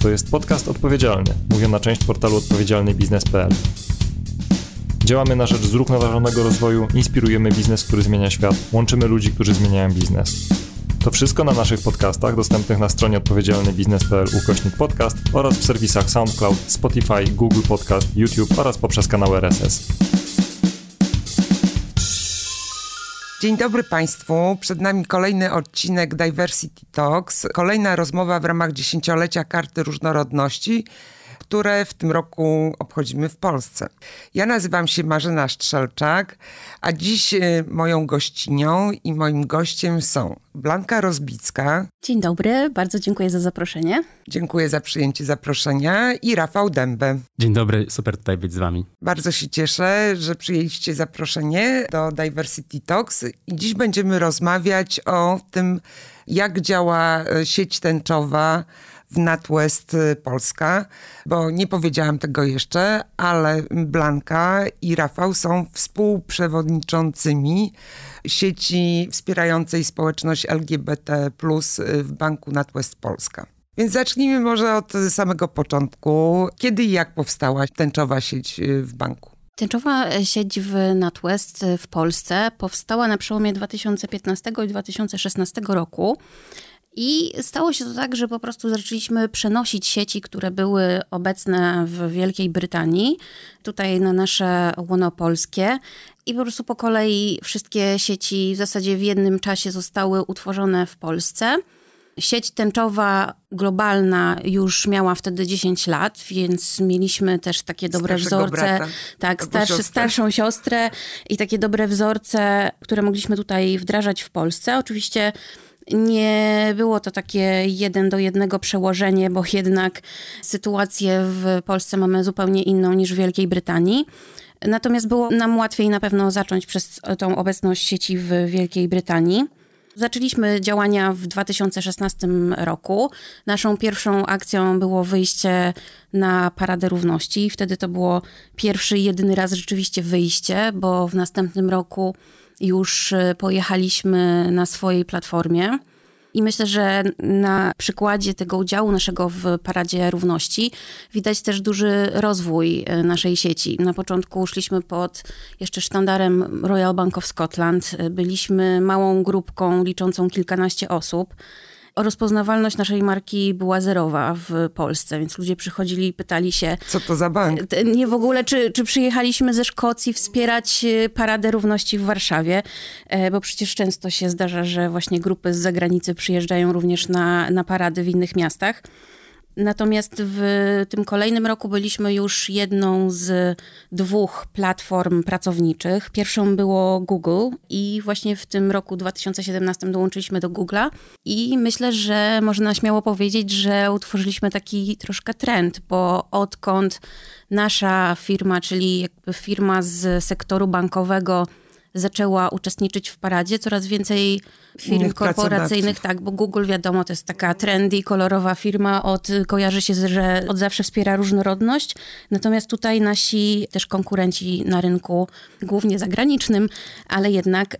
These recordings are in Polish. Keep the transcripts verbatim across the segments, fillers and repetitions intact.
To jest podcast odpowiedzialny, mówiona część portalu odpowiedzialny biznes kropka p l. Działamy na rzecz zrównoważonego rozwoju, inspirujemy biznes, który zmienia świat, łączymy ludzi, którzy zmieniają biznes. To wszystko na naszych podcastach dostępnych na stronie odpowiedzialny biznes kropka p l ukośnik podcast oraz w serwisach SoundCloud, Spotify, Google Podcast, YouTube oraz poprzez kanał R S S. Dzień dobry Państwu. Przed nami kolejny odcinek Diversity Talks. Kolejna rozmowa w ramach dziesięciolecia Karty Różnorodności, które w tym roku obchodzimy w Polsce. Ja nazywam się Marzena Strzelczak, a dziś moją gościnią i moim gościem są Blanka Rozbicka. Dzień dobry, bardzo dziękuję za zaproszenie. Dziękuję za przyjęcie zaproszenia i Rafał Dębę. Dzień dobry, super tutaj być z wami. Bardzo się cieszę, że przyjęliście zaproszenie do Diversity Talks i dziś będziemy rozmawiać o tym, jak działa sieć tęczowa w NatWest Polska, bo nie powiedziałam tego jeszcze, ale Blanka i Rafał są współprzewodniczącymi sieci wspierającej społeczność L G B T plus w Banku NatWest Polska. Więc zacznijmy może od samego początku. Kiedy i jak powstała tęczowa sieć w banku? Tęczowa sieć w NatWest w Polsce powstała na przełomie dwa tysiące piętnastego i dwa tysiące szesnastego roku. I stało się to tak, że po prostu zaczęliśmy przenosić sieci, które były obecne w Wielkiej Brytanii, tutaj na nasze łono polskie. I po prostu po kolei wszystkie sieci w zasadzie w jednym czasie zostały utworzone w Polsce. Sieć tęczowa globalna już miała wtedy dziesięć lat, więc mieliśmy też takie dobre Starszego wzorce. brata, tak, starszy, starszą siostrę i takie dobre wzorce, które mogliśmy tutaj wdrażać w Polsce. Oczywiście nie było to takie jeden do jednego przełożenie, bo jednak sytuację w Polsce mamy zupełnie inną niż w Wielkiej Brytanii. Natomiast było nam łatwiej na pewno zacząć przez tą obecność sieci w Wielkiej Brytanii. Zaczęliśmy działania w dwa tysiące szesnastym roku. Naszą pierwszą akcją było wyjście na Paradę Równości. Wtedy to było pierwszy i jedyny raz rzeczywiście wyjście, bo w następnym roku już pojechaliśmy na swojej platformie. I myślę, że na przykładzie tego udziału naszego w Paradzie Równości widać też duży rozwój naszej sieci. Na początku szliśmy pod jeszcze sztandarem Royal Bank of Scotland. Byliśmy małą grupką liczącą kilkanaście osób. Rozpoznawalność naszej marki była zerowa w Polsce, więc ludzie przychodzili i pytali się... Co to za bank? Nie w ogóle, czy, czy przyjechaliśmy ze Szkocji wspierać Paradę Równości w Warszawie, bo przecież często się zdarza, że właśnie grupy z zagranicy przyjeżdżają również na, na parady w innych miastach. Natomiast w tym kolejnym roku byliśmy już jedną z dwóch platform pracowniczych. Pierwszą było Google i właśnie w tym roku dwa tysiące siedemnastym dołączyliśmy do Google'a i myślę, że można śmiało powiedzieć, że utworzyliśmy taki troszkę trend, bo odkąd nasza firma, czyli jakby firma z sektoru bankowego zaczęła uczestniczyć w paradzie, coraz więcej firm Innych korporacyjnych, tak, bo Google, wiadomo, to jest taka trendy, kolorowa firma, od, kojarzy się, że od zawsze wspiera różnorodność. Natomiast tutaj nasi też konkurenci na rynku, głównie zagranicznym, ale jednak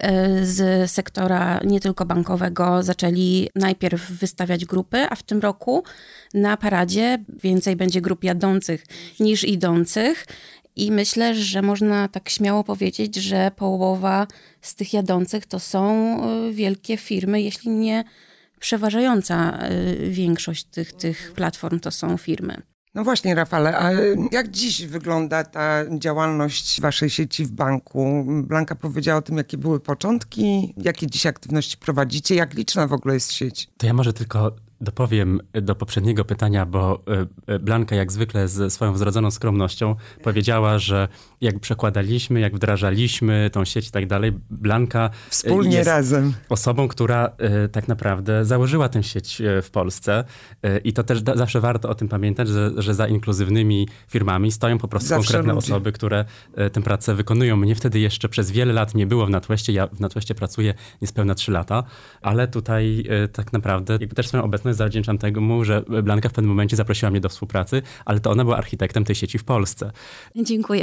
z sektora nie tylko bankowego zaczęli najpierw wystawiać grupy, a w tym roku na paradzie więcej będzie grup jadących niż idących. I myślę, że można tak śmiało powiedzieć, że połowa z tych jadących to są wielkie firmy, jeśli nie przeważająca większość tych, tych platform to są firmy. No właśnie, Rafale, a jak dziś wygląda ta działalność waszej sieci w banku? Blanka powiedziała o tym, jakie były początki, jakie dziś aktywności prowadzicie, jak liczna w ogóle jest sieć? To ja może tylko dopowiem do poprzedniego pytania, bo Blanka jak zwykle ze swoją wzrodzoną skromnością powiedziała, że jak przekładaliśmy, jak wdrażaliśmy tą sieć i tak dalej, Blanka wspólnie jest razem osobą, która tak naprawdę założyła tę sieć w Polsce i to też da, zawsze warto o tym pamiętać, że, że za inkluzywnymi firmami stoją po prostu zawsze konkretne ludzie. Osoby, które tę pracę wykonują. Mnie wtedy jeszcze przez wiele lat nie było w NatWestie, ja w NatWestie pracuję niespełna trzy lata, ale tutaj tak naprawdę jakby też swoją obecność zawdzięczam temu, że Blanka w pewnym momencie zaprosiła mnie do współpracy, ale to ona była architektem tej sieci w Polsce. Dziękuję bardzo.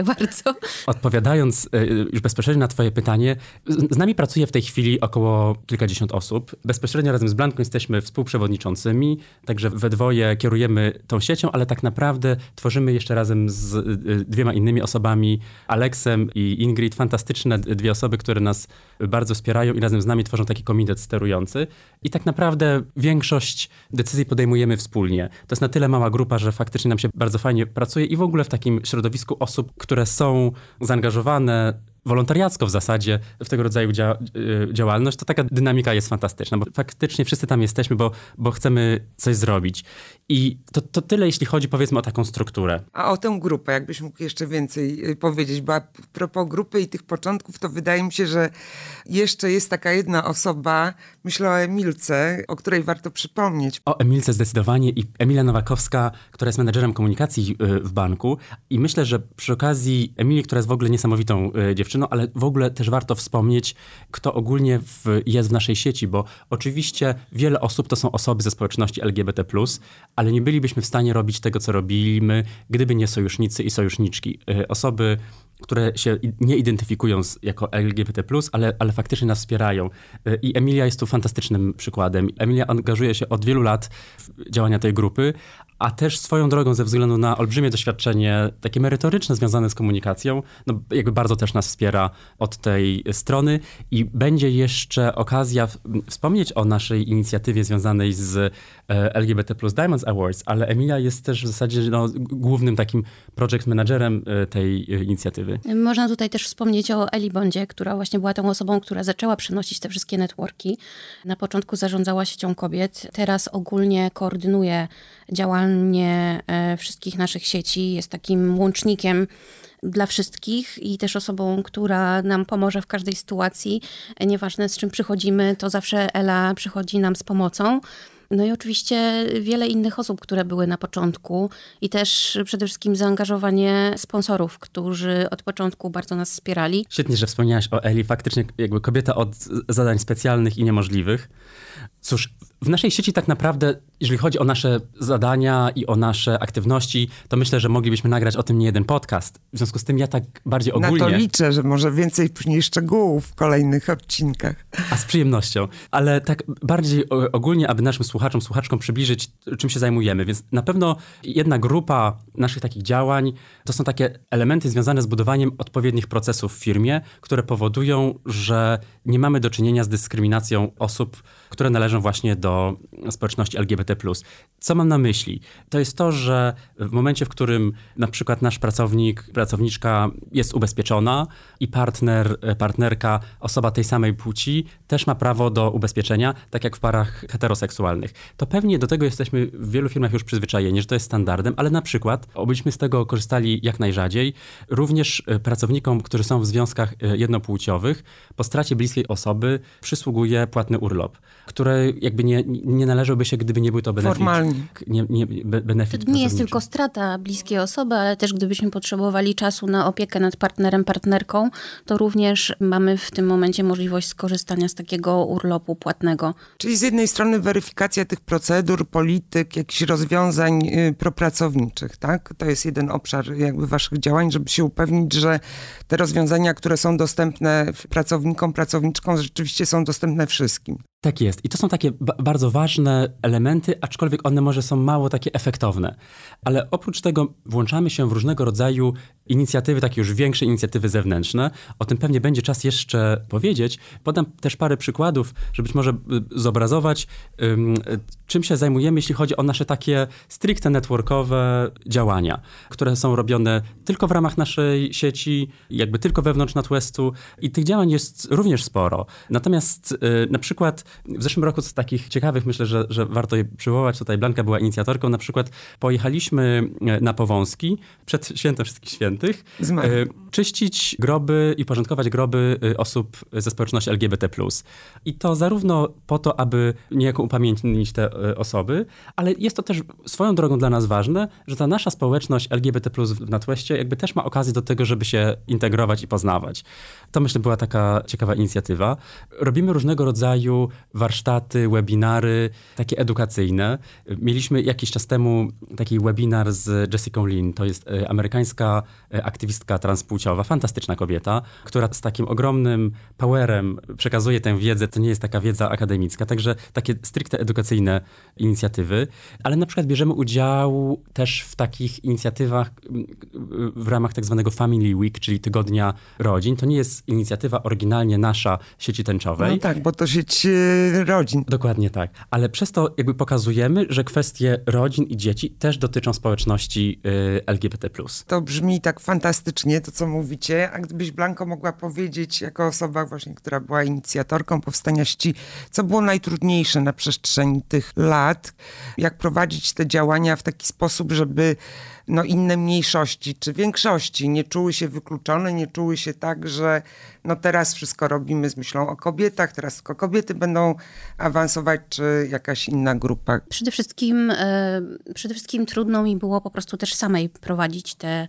wszystko. Odpowiadając już bezpośrednio na twoje pytanie, z nami pracuje w tej chwili około kilkadziesiąt osób. Bezpośrednio razem z Blanką jesteśmy współprzewodniczącymi, także we dwoje kierujemy tą siecią, ale tak naprawdę tworzymy jeszcze razem z dwiema innymi osobami, Aleksem i Ingrid, fantastyczne dwie osoby, które nas bardzo wspierają i razem z nami tworzą taki komitet sterujący. I tak naprawdę większość decyzji podejmujemy wspólnie. To jest na tyle mała grupa, że faktycznie nam się bardzo fajnie pracuje i w ogóle w takim środowisku osób, które są zaangażowane wolontariacko w zasadzie w tego rodzaju dzia- działalność, to taka dynamika jest fantastyczna, bo faktycznie wszyscy tam jesteśmy, bo, bo chcemy coś zrobić. I to, to tyle, jeśli chodzi, powiedzmy, o taką strukturę. A o tę grupę, jakbyś mógł jeszcze więcej powiedzieć, bo a propos grupy i tych początków, to wydaje mi się, że jeszcze jest taka jedna osoba, myślę o Emilce, o której warto przypomnieć. O Emilce zdecydowanie i Emilia Nowakowska, która jest menedżerem komunikacji w banku i myślę, że przy okazji Emilii, która jest w ogóle niesamowitą dziewczyną, ale w ogóle też warto wspomnieć, kto ogólnie w, jest w naszej sieci, bo oczywiście wiele osób to są osoby ze społeczności L G B T plus, ale nie bylibyśmy w stanie robić tego, co robimy, gdyby nie sojusznicy i sojuszniczki. Osoby, które się nie identyfikują z, jako L G B T plus, ale, ale faktycznie nas wspierają. I Emilia jest tu fantastycznym przykładem. Emilia angażuje się od wielu lat w działania tej grupy, a też swoją drogą ze względu na olbrzymie doświadczenie, takie merytoryczne związane z komunikacją, no jakby bardzo też nas wspiera od tej strony i będzie jeszcze okazja w, wspomnieć o naszej inicjatywie związanej z e, L G B T plus Diamonds Awards, ale Emilia jest też w zasadzie no, głównym takim project managerem e, tej e, inicjatywy. Można tutaj też wspomnieć o Eli Bondzie, która właśnie była tą osobą, która zaczęła przynosić te wszystkie networki. Na początku zarządzała siecią kobiet, teraz ogólnie koordynuje działalność wszystkich naszych sieci, jest takim łącznikiem dla wszystkich i też osobą, która nam pomoże w każdej sytuacji. Nieważne z czym przychodzimy, to zawsze Ela przychodzi nam z pomocą. No i oczywiście wiele innych osób, które były na początku i też przede wszystkim zaangażowanie sponsorów, którzy od początku bardzo nas wspierali. Świetnie, że wspomniałaś o Eli. Faktycznie jakby kobieta od zadań specjalnych i niemożliwych. Cóż, w naszej sieci tak naprawdę, jeżeli chodzi o nasze zadania i o nasze aktywności, to myślę, że moglibyśmy nagrać o tym nie jeden podcast. W związku z tym ja tak bardziej ogólnie... Na to liczę, że może więcej później szczegółów w kolejnych odcinkach. A z przyjemnością. Ale tak bardziej ogólnie, aby naszym słuchaczom, słuchaczkom przybliżyć, czym się zajmujemy. Więc na pewno jedna grupa naszych takich działań to są takie elementy związane z budowaniem odpowiednich procesów w firmie, które powodują, że nie mamy do czynienia z dyskryminacją osób, które należą właśnie do społeczności L G B T plus. Co mam na myśli? To jest to, że w momencie, w którym na przykład nasz pracownik, pracowniczka jest ubezpieczona i partner, partnerka, osoba tej samej płci też ma prawo do ubezpieczenia, tak jak w parach heteroseksualnych. To pewnie do tego jesteśmy w wielu firmach już przyzwyczajeni, że to jest standardem, ale na przykład, obyśmy z tego korzystali jak najrzadziej, również pracownikom, którzy są w związkach jednopłciowych, po stracie bliskiej osoby przysługuje płatny urlop, które jakby nie, nie należałoby się, gdyby nie był to benefit. Formalnie. Nie, nie, benefit to nie jest tylko strata bliskiej osoby, ale też gdybyśmy potrzebowali czasu na opiekę nad partnerem, partnerką, to również mamy w tym momencie możliwość skorzystania z takiego urlopu płatnego. Czyli z jednej strony weryfikacja tych procedur, polityk, jakichś rozwiązań y, propracowniczych, tak? To jest jeden obszar jakby waszych działań, żeby się upewnić, że te rozwiązania, które są dostępne pracownikom, pracowniczkom, rzeczywiście są dostępne wszystkim. Tak jest. I to są takie ba- bardzo ważne elementy, aczkolwiek one może są mało takie efektowne. Ale oprócz tego włączamy się w różnego rodzaju inicjatywy, takie już większe inicjatywy zewnętrzne. O tym pewnie będzie czas jeszcze powiedzieć. Podam też parę przykładów, żeby być może zobrazować, um, czym się zajmujemy, jeśli chodzi o nasze takie stricte networkowe działania, które są robione tylko w ramach naszej sieci, jakby tylko wewnątrz NatWestu i tych działań jest również sporo. Natomiast y, na przykład w zeszłym roku z takich ciekawych, myślę, że, że warto je przywołać, tutaj Blanka była inicjatorką, na przykład pojechaliśmy na Powązki przed Świętem Wszystkich Świętych, y, czyścić groby i porządkować groby osób ze społeczności L G B T plus. I to zarówno po to, aby niejako upamiętnić te osoby, ale jest to też swoją drogą dla nas ważne, że ta nasza społeczność L G B T plus w NatWestie jakby też ma okazję do tego, żeby się integrować i poznawać. To myślę była taka ciekawa inicjatywa. Robimy różnego rodzaju warsztaty, webinary, takie edukacyjne. Mieliśmy jakiś czas temu taki webinar z Jessicą Lin, to jest amerykańska aktywistka transpłciowa, fantastyczna kobieta, która z takim ogromnym powerem przekazuje tę wiedzę. To nie jest taka wiedza akademicka, także takie stricte edukacyjne inicjatywy, ale na przykład bierzemy udział też w takich inicjatywach w ramach tak zwanego Family Week, czyli Tygodnia Rodzin. To nie jest inicjatywa oryginalnie nasza sieci tęczowej. No tak, bo to sieć rodzin. Dokładnie tak, ale przez to jakby pokazujemy, że kwestie rodzin i dzieci też dotyczą społeczności y, L G B T plus. To brzmi tak fantastycznie, to co mówicie, a gdybyś, Blanko, mogła powiedzieć jako osoba właśnie, która była inicjatorką powstania sieci, co było najtrudniejsze na przestrzeni tych lat, jak prowadzić te działania w taki sposób, żeby no, inne mniejszości czy większości nie czuły się wykluczone, nie czuły się tak, że no teraz wszystko robimy z myślą o kobietach, teraz tylko kobiety będą awansować, czy jakaś inna grupa. Przede wszystkim, e, przede wszystkim trudno mi było po prostu też samej prowadzić te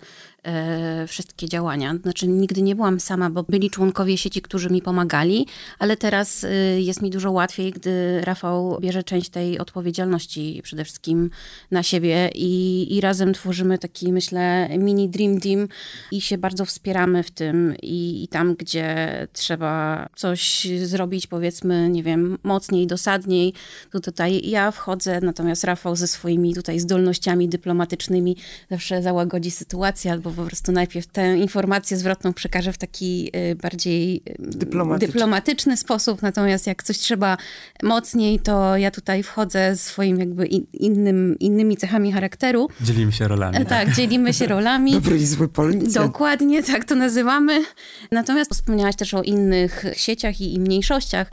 e, wszystkie działania. Znaczy nigdy nie byłam sama, bo byli członkowie sieci, którzy mi pomagali, ale teraz e, jest mi dużo łatwiej, gdy Rafał bierze część tej odpowiedzialności przede wszystkim na siebie i, i razem tworzymy taki, myślę, mini dream team i się bardzo wspieramy w tym i, i tam, gdzie trzeba coś zrobić, powiedzmy, nie wiem, mocniej, dosadniej, to tutaj ja wchodzę, natomiast Rafał ze swoimi tutaj zdolnościami dyplomatycznymi zawsze załagodzi sytuację, albo po prostu najpierw tę informację zwrotną przekaże w taki y, bardziej y, Dyplomatyczny. dyplomatyczny sposób, natomiast jak coś trzeba mocniej, to ja tutaj wchodzę swoim jakby in, innym, innymi cechami charakteru. Dzielimy się rolami. Tak, tak dzielimy się rolami. Dobry i zły policjant. Dokładnie, tak to nazywamy. Natomiast wspomniałaś też o innych sieciach i, i mniejszościach.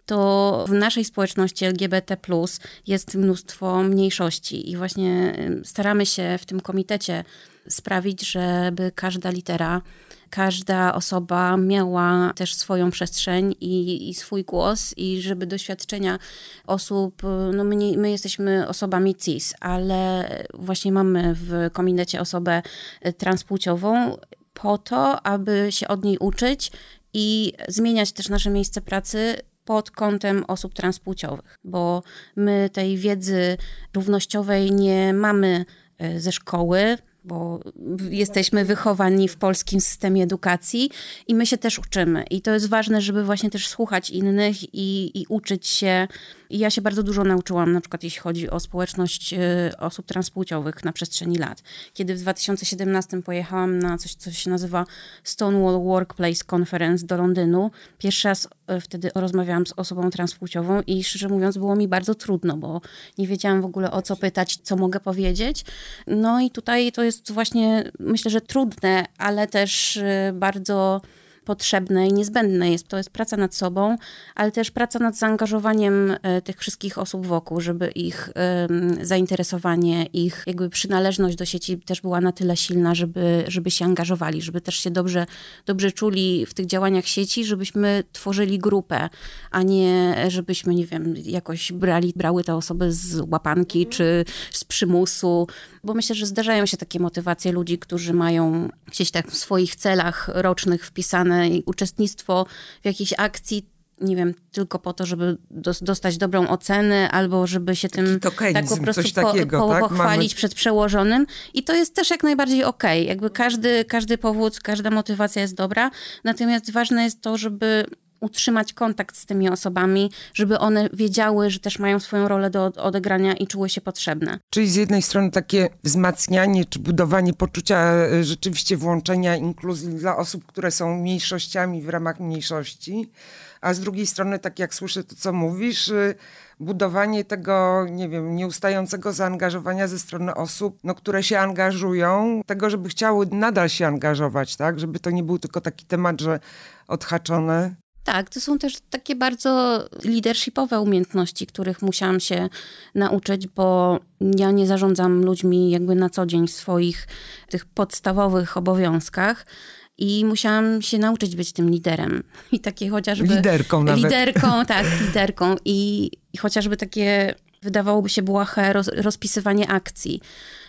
To w naszej społeczności L G B T plus jest mnóstwo mniejszości i właśnie staramy się w tym komitecie sprawić, żeby każda litera, każda osoba miała też swoją przestrzeń i, i swój głos i żeby doświadczenia osób, no my, nie, my jesteśmy osobami cis, ale właśnie mamy w komitecie osobę transpłciową po to, aby się od niej uczyć i zmieniać też nasze miejsce pracy pod kątem osób transpłciowych, bo my tej wiedzy równościowej nie mamy ze szkoły, bo jesteśmy wychowani w polskim systemie edukacji i my się też uczymy. I to jest ważne, żeby właśnie też słuchać innych i, i uczyć się. I ja się bardzo dużo nauczyłam, na przykład jeśli chodzi o społeczność y, osób transpłciowych na przestrzeni lat. Kiedy w dwa tysiące siedemnastym pojechałam na coś, co się nazywa Stonewall Workplace Conference do Londynu, pierwszy raz y, wtedy rozmawiałam z osobą transpłciową i szczerze mówiąc było mi bardzo trudno, bo nie wiedziałam w ogóle o co pytać, co mogę powiedzieć. No i tutaj to jest właśnie, myślę, że trudne, ale też y, bardzo potrzebne i niezbędne jest. To jest praca nad sobą, ale też praca nad zaangażowaniem e, tych wszystkich osób wokół, żeby ich e, zainteresowanie, ich jakby przynależność do sieci też była na tyle silna, żeby, żeby się angażowali, żeby też się dobrze, dobrze czuli w tych działaniach sieci, żebyśmy tworzyli grupę, a nie żebyśmy, nie wiem, jakoś brali, brały te osoby z łapanki czy z przymusu, bo myślę, że zdarzają się takie motywacje ludzi, którzy mają gdzieś tak w swoich celach rocznych wpisane uczestnictwo w jakiejś akcji, nie wiem, tylko po to, żeby dostać dobrą ocenę, albo żeby się tym tak po prostu takiego, po, po, tak? pochwalić Mamy... przed przełożonym. I to jest też jak najbardziej okej. Okay. Jakby każdy, każdy powód, każda motywacja jest dobra. Natomiast ważne jest to, żeby utrzymać kontakt z tymi osobami, żeby one wiedziały, że też mają swoją rolę do odegrania i czuły się potrzebne. Czyli z jednej strony takie wzmacnianie czy budowanie poczucia rzeczywiście włączenia, inkluzji dla osób, które są mniejszościami w ramach mniejszości, a z drugiej strony, tak jak słyszę to, co mówisz, budowanie tego, nie wiem, nieustającego zaangażowania ze strony osób, no, które się angażują, tego, żeby chciały nadal się angażować, tak? Żeby to nie był tylko taki temat, że odhaczone. Tak, to są też takie bardzo leadershipowe umiejętności, których musiałam się nauczyć, bo ja nie zarządzam ludźmi jakby na co dzień w swoich tych podstawowych obowiązkach. I musiałam się nauczyć być tym liderem. I takie chociażby... Liderką nawet. Liderką, tak, liderką. I, i chociażby takie, wydawałoby się błahe, roz, rozpisywanie akcji.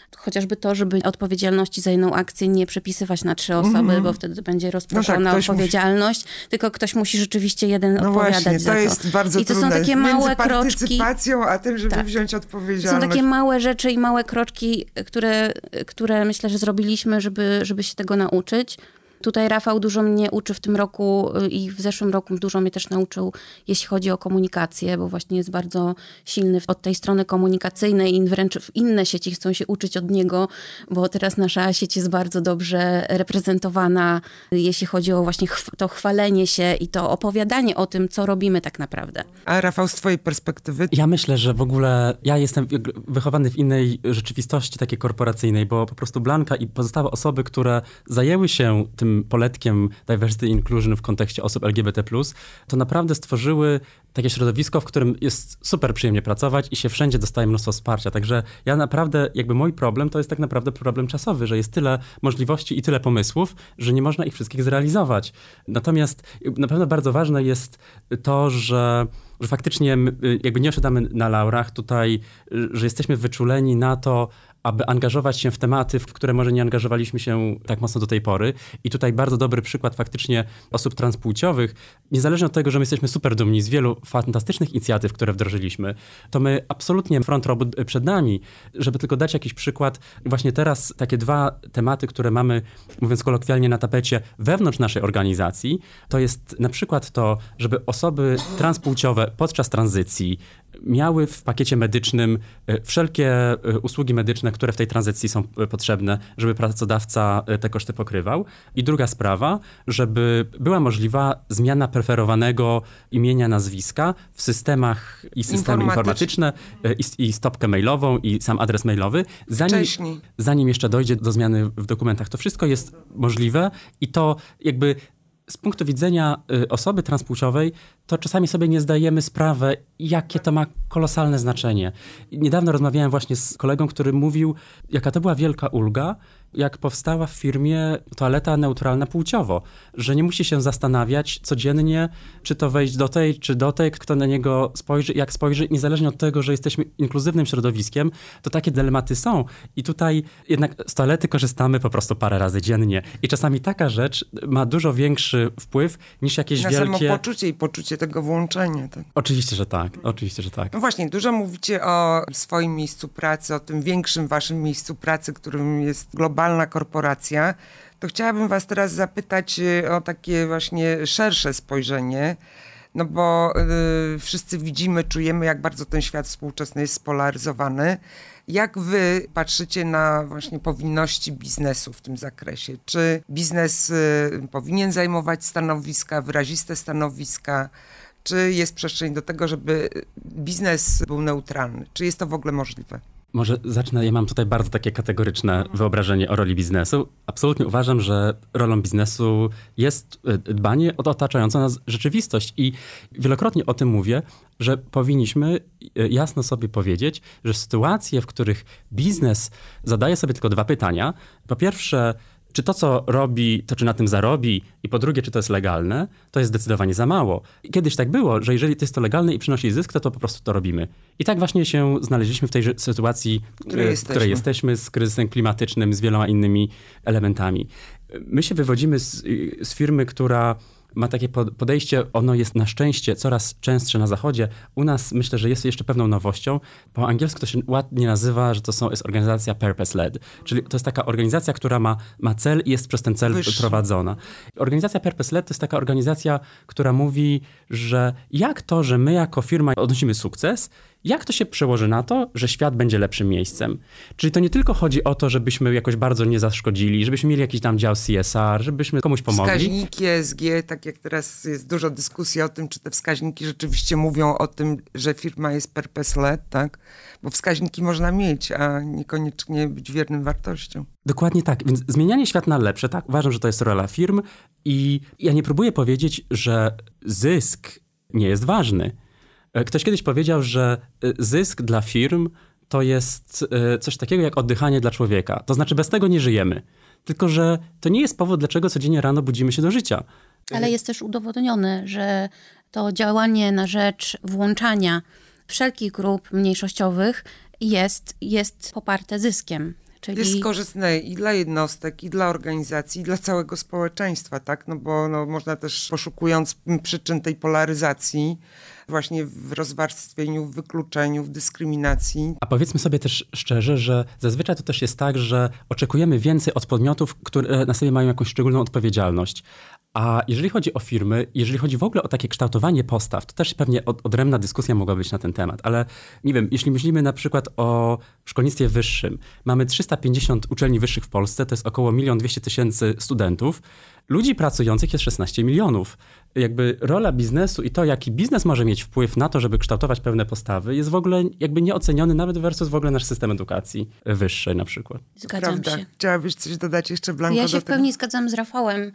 Chociażby to, żeby odpowiedzialności za jedną akcję nie przepisywać na trzy osoby, mm. bo wtedy będzie rozproszona no tak, odpowiedzialność, musi... tylko ktoś musi rzeczywiście jeden no odpowiadać właśnie, za to. to jest bardzo I to trudne. są takie małe Między partycypacją, kroczki. a tym, żeby tak. wziąć odpowiedzialność. Są takie małe rzeczy i małe kroczki, które, które myślę, że zrobiliśmy, żeby, żeby się tego nauczyć. Tutaj Rafał dużo mnie uczy w tym roku i w zeszłym roku dużo mnie też nauczył, jeśli chodzi o komunikację, bo właśnie jest bardzo silny od tej strony komunikacyjnej i wręcz inne sieci chcą się uczyć od niego, bo teraz nasza sieć jest bardzo dobrze reprezentowana, jeśli chodzi o właśnie to chwalenie się i to opowiadanie o tym, co robimy tak naprawdę. A Rafał, z twojej perspektywy? Ja myślę, że w ogóle ja jestem wychowany w innej rzeczywistości takiej korporacyjnej, bo po prostu Blanka i pozostałe osoby, które zajęły się tym poletkiem diversity inclusion w kontekście osób L G B T plus, to naprawdę stworzyły takie środowisko, w którym jest super przyjemnie pracować i się wszędzie dostaje mnóstwo wsparcia. Także ja naprawdę, jakby mój problem to jest tak naprawdę problem czasowy, że jest tyle możliwości i tyle pomysłów, że nie można ich wszystkich zrealizować. Natomiast na pewno bardzo ważne jest to, że że faktycznie jakby nie osiadamy na laurach tutaj, że jesteśmy wyczuleni na to, aby angażować się w tematy, w które może nie angażowaliśmy się tak mocno do tej pory. I tutaj bardzo dobry przykład faktycznie osób transpłciowych. Niezależnie od tego, że my jesteśmy super dumni z wielu fantastycznych inicjatyw, które wdrożyliśmy, to my absolutnie front robót przed nami. Żeby tylko dać jakiś przykład, właśnie teraz takie dwa tematy, które mamy, mówiąc kolokwialnie, na tapecie wewnątrz naszej organizacji, to jest na przykład to, żeby osoby transpłciowe podczas tranzycji miały w pakiecie medycznym wszelkie usługi medyczne, które w tej tranzycji są potrzebne, żeby pracodawca te koszty pokrywał. I druga sprawa, żeby była możliwa zmiana preferowanego imienia, nazwiska w systemach i systemy informatyczne i, i stopkę mailową i sam adres mailowy, zanim, zanim jeszcze dojdzie do zmiany w dokumentach. To wszystko jest możliwe i to jakby z punktu widzenia y, osoby transpłciowej, to czasami sobie nie zdajemy sprawy, jakie to ma kolosalne znaczenie. Niedawno rozmawiałem właśnie z kolegą, który mówił, jaka to była wielka ulga, jak powstała w firmie toaleta neutralna płciowo, że nie musi się zastanawiać codziennie, czy to wejść do tej, czy do tej, kto na niego spojrzy, jak spojrzy, niezależnie od tego, że jesteśmy inkluzywnym środowiskiem, to takie dylematy są. I tutaj jednak z toalety korzystamy po prostu parę razy dziennie. I czasami taka rzecz ma dużo większy wpływ niż jakieś na wielkie... Na samopoczucie i poczucie tego włączenia. Tak. Oczywiście, że tak. Oczywiście, że tak. No właśnie, dużo mówicie o swoim miejscu pracy, o tym większym waszym miejscu pracy, którym jest globalna korporacja. To chciałabym was teraz zapytać o takie właśnie szersze spojrzenie, no bo y, wszyscy widzimy, czujemy, jak bardzo ten świat współczesny jest spolaryzowany. Jak wy patrzycie na właśnie powinności biznesu w tym zakresie? Czy biznes y, powinien zajmować stanowiska, wyraziste stanowiska? Czy jest przestrzeń do tego, żeby biznes był neutralny? Czy jest to w ogóle możliwe? Może zacznę, ja mam tutaj bardzo takie kategoryczne wyobrażenie o roli biznesu. Absolutnie uważam, że rolą biznesu jest dbanie o otaczającą nas rzeczywistość i wielokrotnie o tym mówię, że powinniśmy jasno sobie powiedzieć, że sytuacje, w których biznes zadaje sobie tylko dwa pytania, po pierwsze, czy to, co robi, to czy na tym zarobi i po drugie, czy to jest legalne, to jest zdecydowanie za mało. Kiedyś tak było, że jeżeli to jest to legalne i przynosi zysk, to, to po prostu to robimy. I tak właśnie się znaleźliśmy w tej sytuacji, której w której jesteśmy, z kryzysem klimatycznym, z wieloma innymi elementami. My się wywodzimy z, z firmy, która ma takie podejście, ono jest na szczęście coraz częstsze na zachodzie. U nas myślę, że jest jeszcze pewną nowością. Po angielsku to się ładnie nazywa, że to są, jest organizacja purpose-led. Czyli to jest taka organizacja, która ma, ma cel i jest przez ten cel Wyższy. prowadzona. Organizacja purpose-led to jest taka organizacja, która mówi, że jak to, że my jako firma odnosimy sukces, jak to się przełoży na to, że świat będzie lepszym miejscem? Czyli to nie tylko chodzi o to, żebyśmy jakoś bardzo nie zaszkodzili, żebyśmy mieli jakiś tam dział C S R, żebyśmy komuś pomogli. Wskaźniki E S G, tak jak teraz jest dużo dyskusji o tym, czy te wskaźniki rzeczywiście mówią o tym, że firma jest purpose-led, tak? Bo wskaźniki można mieć, a niekoniecznie być wiernym wartościom. Dokładnie tak. Więc zmienianie świat na lepsze, tak? Uważam, że to jest rola firm i ja nie próbuję powiedzieć, że zysk nie jest ważny. Ktoś kiedyś powiedział, że zysk dla firm to jest coś takiego jak oddychanie dla człowieka. To znaczy bez tego nie żyjemy. Tylko że to nie jest powód, dlaczego codziennie rano budzimy się do życia. Ale jest też udowodnione, że to działanie na rzecz włączania wszelkich grup mniejszościowych jest, jest poparte zyskiem. Czyli... Jest korzystne i dla jednostek, i dla organizacji, i dla całego społeczeństwa, tak? No bo no, można też, poszukując przyczyn tej polaryzacji, właśnie w rozwarstwieniu, w wykluczeniu, w dyskryminacji. A powiedzmy sobie też szczerze, że zazwyczaj to też jest tak, że oczekujemy więcej od podmiotów, które na sobie mają jakąś szczególną odpowiedzialność. A jeżeli chodzi o firmy, jeżeli chodzi w ogóle o takie kształtowanie postaw, to też pewnie od, odrębna dyskusja mogła być na ten temat. Ale nie wiem, jeśli myślimy na przykład o szkolnictwie wyższym, mamy trzysta pięćdziesiąt uczelni wyższych w Polsce, to jest około milion dwieście tysięcy studentów. Ludzi pracujących jest szesnaście milionów. Jakby rola biznesu i to, jaki biznes może mieć wpływ na to, żeby kształtować pewne postawy, jest w ogóle jakby nieoceniony nawet versus w ogóle nasz system edukacji wyższej na przykład. Zgadzam Prawda. się. Chciałabyś coś dodać jeszcze, Blanko? Ja się do w tego? pełni zgadzam z Rafałem.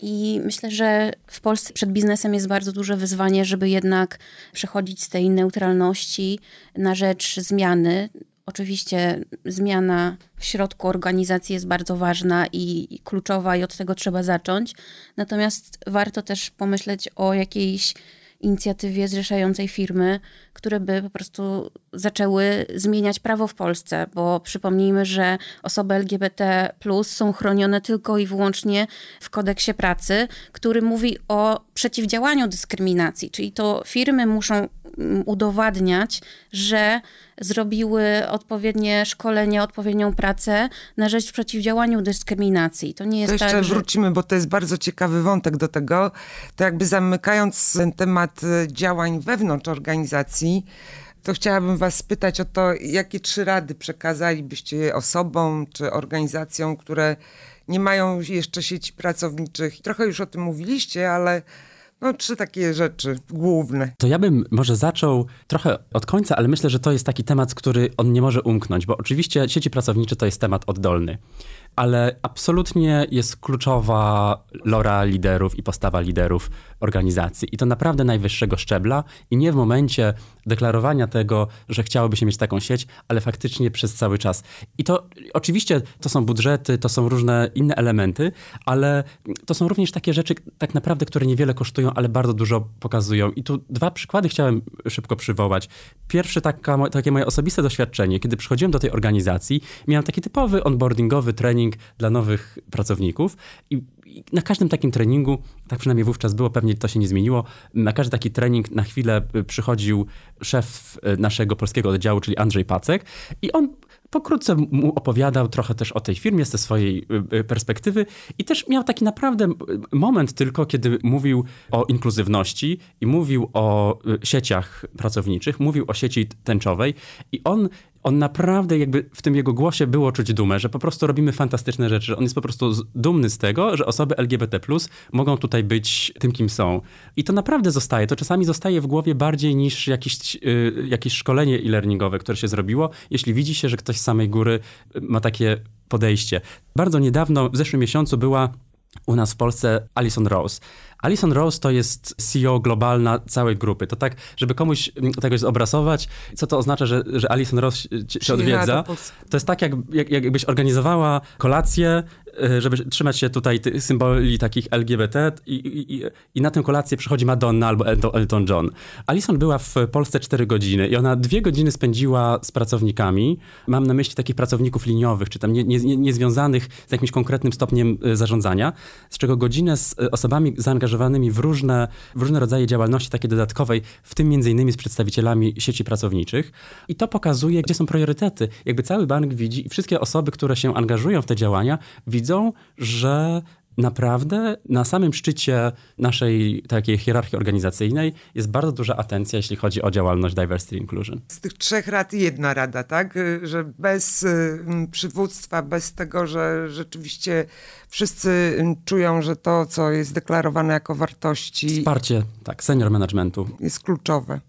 I myślę, że w Polsce przed biznesem jest bardzo duże wyzwanie, żeby jednak przechodzić z tej neutralności na rzecz zmiany. Oczywiście zmiana w środku organizacji jest bardzo ważna i kluczowa i od tego trzeba zacząć. Natomiast warto też pomyśleć o jakiejś inicjatywie zrzeszającej firmy, które by po prostu zaczęły zmieniać prawo w Polsce, bo przypomnijmy, że osoby L G B T plus są chronione tylko i wyłącznie w kodeksie pracy, który mówi o przeciwdziałaniu dyskryminacji, czyli to firmy muszą udowadniać, że zrobiły odpowiednie szkolenie, odpowiednią pracę na rzecz przeciwdziałaniu dyskryminacji. To nie jest to jeszcze tak, że... wrócimy, bo to jest bardzo ciekawy wątek do tego. To jakby zamykając ten temat działań wewnątrz organizacji, to chciałabym was spytać o to, jakie trzy rady przekazalibyście osobom czy organizacjom, które nie mają jeszcze sieci pracowniczych. Trochę już o tym mówiliście, ale no trzy takie rzeczy główne. To ja bym może zaczął trochę od końca, ale myślę, że to jest taki temat, który on nie może umknąć, bo oczywiście sieci pracownicze to jest temat oddolny, ale absolutnie jest kluczowa rola liderów i postawa liderów organizacji. I to naprawdę najwyższego szczebla i nie w momencie deklarowania tego, że chciałoby się mieć taką sieć, ale faktycznie przez cały czas. I to oczywiście to są budżety, to są różne inne elementy, ale to są również takie rzeczy tak naprawdę, które niewiele kosztują, ale bardzo dużo pokazują. I tu dwa przykłady chciałem szybko przywołać. Pierwszy taka, takie moje osobiste doświadczenie, kiedy przychodziłem do tej organizacji, miałem taki typowy onboardingowy trening dla nowych pracowników i I na każdym takim treningu, tak przynajmniej wówczas było, pewnie to się nie zmieniło, na każdy taki trening na chwilę przychodził szef naszego polskiego oddziału, czyli Andrzej Pacek i on pokrótce mu opowiadał trochę też o tej firmie ze swojej perspektywy i też miał taki naprawdę moment tylko, kiedy mówił o inkluzywności i mówił o sieciach pracowniczych, mówił o sieci tęczowej i on On naprawdę jakby w tym jego głosie było czuć dumę, że po prostu robimy fantastyczne rzeczy. On jest po prostu dumny z tego, że osoby L G B T plus mogą tutaj być tym, kim są. I to naprawdę zostaje. To czasami zostaje w głowie bardziej niż jakieś, yy, jakieś szkolenie e-learningowe, które się zrobiło, jeśli widzi się, że ktoś z samej góry ma takie podejście. Bardzo niedawno, w zeszłym miesiącu była u nas w Polsce Alison Rose. Alison Rose to jest C E O globalna całej grupy. To tak, żeby komuś tego zobrazować, co to oznacza, że, że Alison Rose cię odwiedza. To jest tak, jak, jak, jakbyś organizowała kolację, żeby trzymać się tutaj tych symboli takich L G B T i, i, i na tę kolację przychodzi Madonna albo Elton John. Alison była w Polsce cztery godziny i ona dwie godziny spędziła z pracownikami. Mam na myśli takich pracowników liniowych, czy tam niezwiązanych nie, nie, nie związanych z jakimś konkretnym stopniem zarządzania, z czego godzinę z osobami zaangażowanymi w różne, w różne rodzaje działalności takiej dodatkowej, w tym między innymi z przedstawicielami sieci pracowniczych. I to pokazuje, gdzie są priorytety. Jakby cały bank widzi i wszystkie osoby, które się angażują w te działania, widzą, że naprawdę na samym szczycie naszej takiej hierarchii organizacyjnej jest bardzo duża atencja, jeśli chodzi o działalność Diversity Inclusion. Z tych trzech rad jedna rada, tak? Że bez przywództwa, bez tego, że rzeczywiście wszyscy czują, że to, co jest deklarowane jako wartości... Wsparcie, tak, senior managementu. ...jest kluczowe.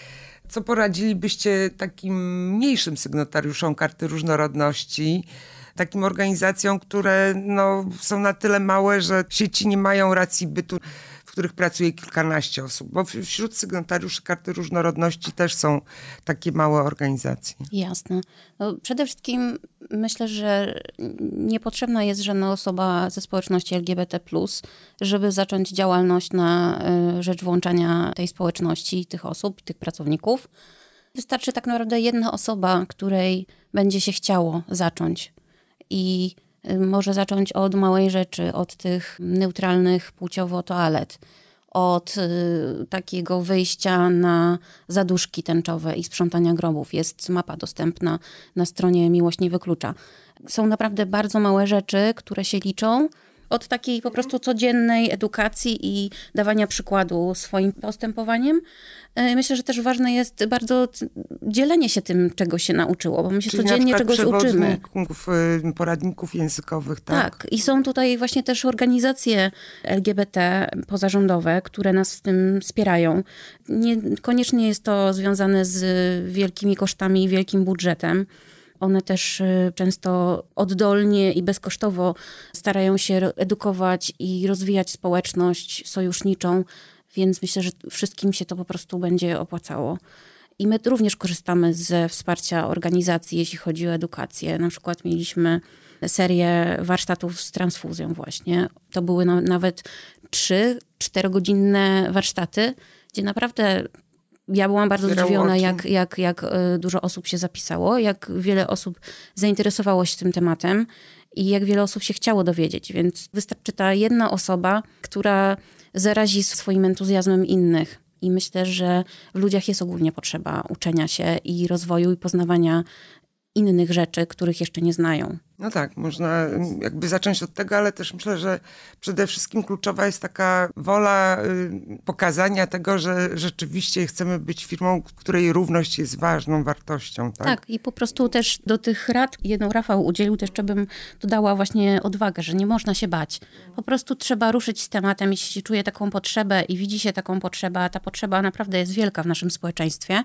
Co poradzilibyście takim mniejszym sygnatariuszom Karty Różnorodności, takim organizacjom, które no, są na tyle małe, że sieci nie mają racji bytu, w których pracuje kilkanaście osób, bo wśród sygnatariuszy Karty Różnorodności też są takie małe organizacje. Jasne. No, przede wszystkim myślę, że niepotrzebna jest żadna osoba ze społeczności L G B T plus, żeby zacząć działalność na rzecz włączania tej społeczności, tych osób, tych pracowników. Wystarczy tak naprawdę jedna osoba, której będzie się chciało zacząć i może zacząć od małej rzeczy, od tych neutralnych płciowo toalet, od y, takiego wyjścia na zaduszki tęczowe i sprzątania grobów. Jest mapa dostępna na stronie Miłość nie wyklucza. Są naprawdę bardzo małe rzeczy, które się liczą, od takiej po prostu codziennej edukacji i dawania przykładu swoim postępowaniem. Myślę, że też ważne jest bardzo dzielenie się tym, czego się nauczyło, bo my się Czyli codziennie czegoś uczymy. Poradników językowych, tak? Tak. I są tutaj właśnie też organizacje L G B T pozarządowe, które nas w tym wspierają. Niekoniecznie jest to związane z wielkimi kosztami i wielkim budżetem. One też często oddolnie i bezkosztowo starają się edukować i rozwijać społeczność sojuszniczą, więc myślę, że wszystkim się to po prostu będzie opłacało. I my również korzystamy ze wsparcia organizacji, jeśli chodzi o edukację. Na przykład mieliśmy serię warsztatów z transfuzją właśnie. To były na, nawet trzy, czterogodzinne warsztaty, gdzie naprawdę ja byłam bardzo zdziwiona, jak, jak, jak dużo osób się zapisało, jak wiele osób zainteresowało się tym tematem i jak wiele osób się chciało dowiedzieć. Więc wystarczy ta jedna osoba, która zarazi swoim entuzjazmem innych. I myślę, że w ludziach jest ogólnie potrzeba uczenia się i rozwoju i poznawania innych rzeczy, których jeszcze nie znają. No tak, można jakby zacząć od tego, ale też myślę, że przede wszystkim kluczowa jest taka wola y, pokazania tego, że rzeczywiście chcemy być firmą, której równość jest ważną wartością. Tak, tak i po prostu też do tych rad jedną Rafał udzielił, też jeszcze bym dodała właśnie odwagę, że nie można się bać. Po prostu trzeba ruszyć z tematem, jeśli się czuje taką potrzebę i widzi się taką potrzebę, a ta potrzeba naprawdę jest wielka w naszym społeczeństwie,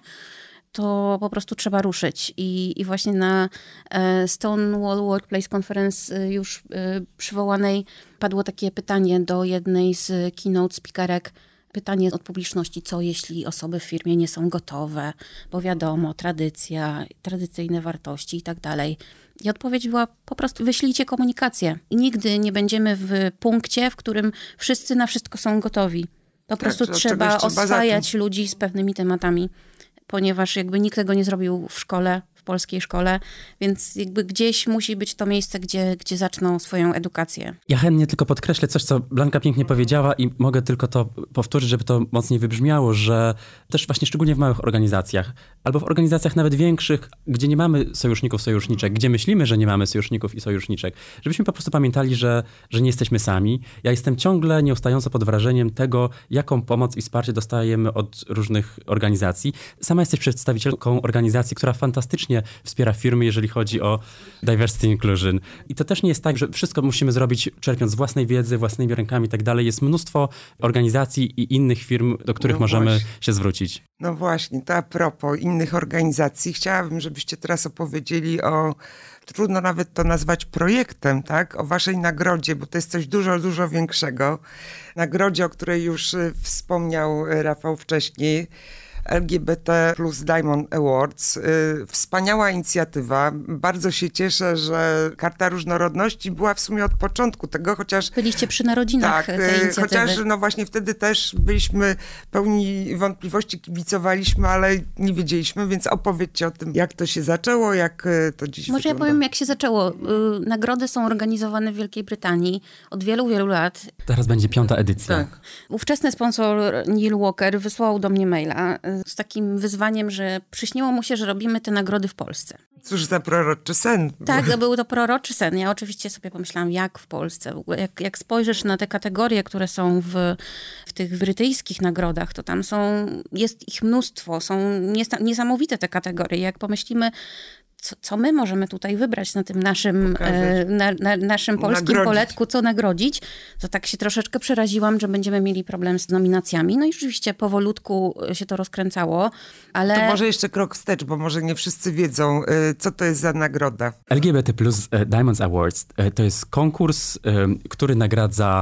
to po prostu trzeba ruszyć. I, i właśnie na e, Stonewall Workplace Conference e, już e, przywołanej padło takie pytanie do jednej z keynote speakerek. Pytanie od publiczności, co jeśli osoby w firmie nie są gotowe, bo wiadomo, tradycja, tradycyjne wartości i tak dalej. I odpowiedź była po prostu wyślijcie komunikację. I nigdy nie będziemy w punkcie, w którym wszyscy na wszystko są gotowi. Po prostu tak, trzeba oswajać ludzi z pewnymi tematami, ponieważ jakby nikt tego nie zrobił w szkole, w polskiej szkole, więc jakby gdzieś musi być to miejsce, gdzie, gdzie zaczną swoją edukację. Ja chętnie tylko podkreślę coś, co Blanka pięknie powiedziała i mogę tylko to powtórzyć, żeby to mocniej wybrzmiało, że też właśnie szczególnie w małych organizacjach, albo w organizacjach nawet większych, gdzie nie mamy sojuszników, sojuszniczek, gdzie myślimy, że nie mamy sojuszników i sojuszniczek, żebyśmy po prostu pamiętali, że, że nie jesteśmy sami. Ja jestem ciągle nieustająco pod wrażeniem tego, jaką pomoc i wsparcie dostajemy od różnych organizacji. Sama jesteś przedstawicielką organizacji, która fantastycznie wspiera firmy, jeżeli chodzi o diversity inclusion. I to też nie jest tak, że wszystko musimy zrobić czerpiąc z własnej wiedzy, własnymi rękami i tak dalej. Jest mnóstwo organizacji i innych firm, do których no możemy właśnie. się zwrócić. No właśnie, to a propos innych organizacji, chciałabym, żebyście teraz opowiedzieli o, trudno nawet to nazwać projektem, tak? O waszej nagrodzie, bo to jest coś dużo, dużo większego. Nagrodzie, o której już wspomniał Rafał wcześniej. L G B T plus Diamond Awards. Wspaniała inicjatywa. Bardzo się cieszę, że Karta Różnorodności była w sumie od początku tego, chociaż... Byliście przy narodzinach tak, tej inicjatywy. Chociaż no właśnie wtedy też byliśmy pełni wątpliwości, kibicowaliśmy, ale nie wiedzieliśmy, więc opowiedzcie o tym, jak to się zaczęło, jak to dziś Może wygląda. Ja powiem, jak się zaczęło. Nagrody są organizowane w Wielkiej Brytanii od wielu, wielu lat. Teraz będzie piąta edycja. Tak. Ówczesny sponsor Neil Walker wysłał do mnie maila z takim wyzwaniem, że przyśniło mu się, że robimy te nagrody w Polsce. Cóż za proroczy sen. Tak, był to proroczy sen. Ja oczywiście sobie pomyślałam, jak w Polsce. W ogóle jak, jak spojrzysz na te kategorie, które są w, w tych brytyjskich nagrodach, to tam są, jest ich mnóstwo, są niesamowite te kategorie. Jak pomyślimy, Co, co my możemy tutaj wybrać na tym naszym, e, na, na, naszym polskim nagrodzić. poletku, co nagrodzić, to tak się troszeczkę przeraziłam, że będziemy mieli problem z nominacjami. No i rzeczywiście powolutku się to rozkręcało, ale... To może jeszcze krok wstecz, bo może nie wszyscy wiedzą, co to jest za nagroda. L G B T plus Diamonds Awards to jest konkurs, który nagradza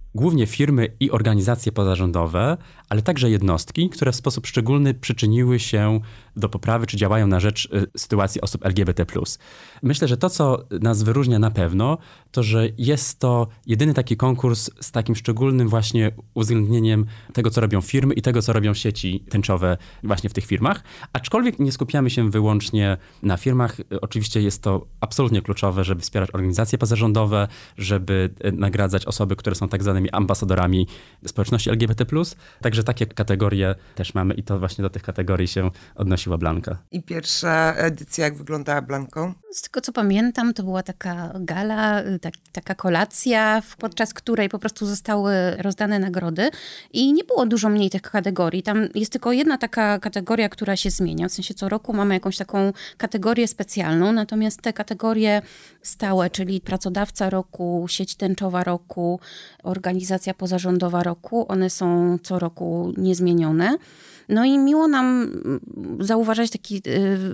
głównie firmy i organizacje pozarządowe, ale także jednostki, które w sposób szczególny przyczyniły się do poprawy czy działają na rzecz sytuacji osób L G B T plus. Myślę, że to, co nas wyróżnia na pewno, to, że jest to jedyny taki konkurs z takim szczególnym właśnie uwzględnieniem tego, co robią firmy i tego, co robią sieci tęczowe właśnie w tych firmach. Aczkolwiek nie skupiamy się wyłącznie na firmach. Oczywiście jest to absolutnie kluczowe, żeby wspierać organizacje pozarządowe, żeby nagradzać osoby, które są tak zwanymi ambasadorami społeczności L G B T plus. Także takie kategorie też mamy i to właśnie do tych kategorii się odnosiła Blanka. I pierwsza edycja, jak wyglądała, Blanko? Z tego, co pamiętam, to była taka gala, tak, taka kolacja, podczas której po prostu zostały rozdane nagrody i nie było dużo mniej tych kategorii. Tam jest tylko jedna taka kategoria, która się zmienia. W sensie co roku mamy jakąś taką kategorię specjalną, natomiast te kategorie stałe, czyli pracodawca roku, sieć tęczowa roku, organizacja pozarządowa roku, one są co roku niezmienione. No i miło nam zauważać taki y,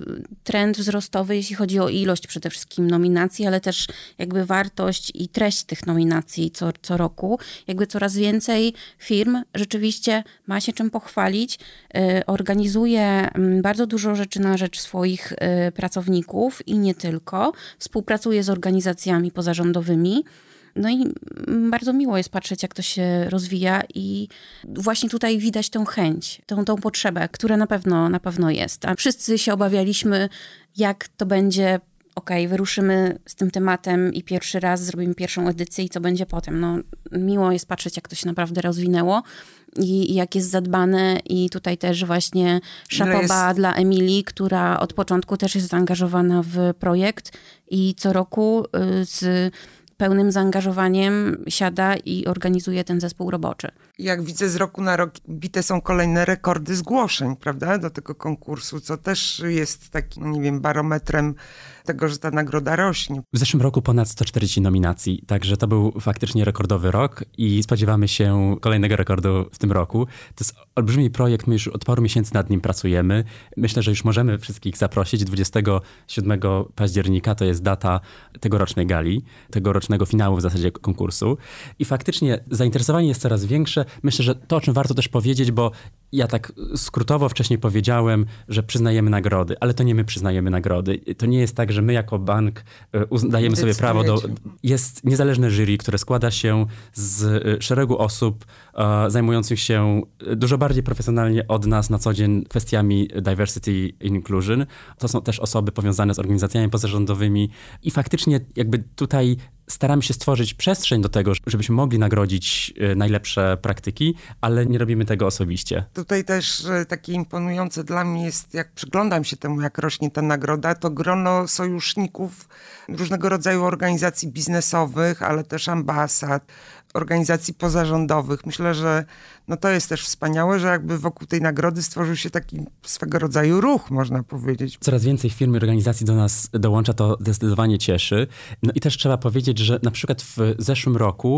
trend wzrostowy, jeśli chodzi o ilość przede wszystkim nominacji, ale też jakby wartość i treść tych nominacji co, co roku. Jakby coraz więcej firm rzeczywiście ma się czym pochwalić, y, organizuje y, bardzo dużo rzeczy na rzecz swoich y, pracowników i nie tylko. Współpracuje z organizacjami pozarządowymi. No i bardzo miło jest patrzeć, jak to się rozwija i właśnie tutaj widać tę chęć, tą, tą potrzebę, która na pewno, na pewno jest. A wszyscy się obawialiśmy, jak to będzie, okej, wyruszymy z tym tematem i pierwszy raz zrobimy pierwszą edycję i co będzie potem. No, miło jest patrzeć, jak to się naprawdę rozwinęło i, i jak jest zadbane i tutaj też właśnie szapoba jest... dla Emilii, która od początku też jest zaangażowana w projekt i co roku y, z pełnym zaangażowaniem siada i organizuje ten zespół roboczy. Jak widzę, z roku na rok bite są kolejne rekordy zgłoszeń, prawda, do tego konkursu, co też jest takim, no nie wiem, barometrem tego, że ta nagroda rośnie. W zeszłym roku ponad sto czterdzieści nominacji, także to był faktycznie rekordowy rok i spodziewamy się kolejnego rekordu w tym roku. To jest olbrzymi projekt, my już od paru miesięcy nad nim pracujemy. Myślę, że już możemy wszystkich zaprosić. dwudziestego siódmego października to jest data tegorocznej gali, tegorocznego finału w zasadzie konkursu. I faktycznie zainteresowanie jest coraz większe. Myślę, że to, o czym warto też powiedzieć, bo ja tak skrótowo wcześniej powiedziałem, że przyznajemy nagrody, ale to nie my przyznajemy nagrody. To nie jest tak, że my jako bank dajemy sobie prawo do... Jest niezależne jury, które składa się z szeregu osób uh, zajmujących się dużo bardziej profesjonalnie od nas na co dzień kwestiami diversity i inclusion. To są też osoby powiązane z organizacjami pozarządowymi i faktycznie jakby tutaj staramy się stworzyć przestrzeń do tego, żebyśmy mogli nagrodzić najlepsze praktyki, ale nie robimy tego osobiście. Tutaj też takie imponujące dla mnie jest, jak przyglądam się temu, jak rośnie ta nagroda, to grono sojuszników różnego rodzaju organizacji biznesowych, ale też ambasad, organizacji pozarządowych. Myślę, że no to jest też wspaniałe, że jakby wokół tej nagrody stworzył się taki swego rodzaju ruch, można powiedzieć. Coraz więcej firm i organizacji do nas dołącza, to zdecydowanie cieszy. No i też trzeba powiedzieć, że na przykład w zeszłym roku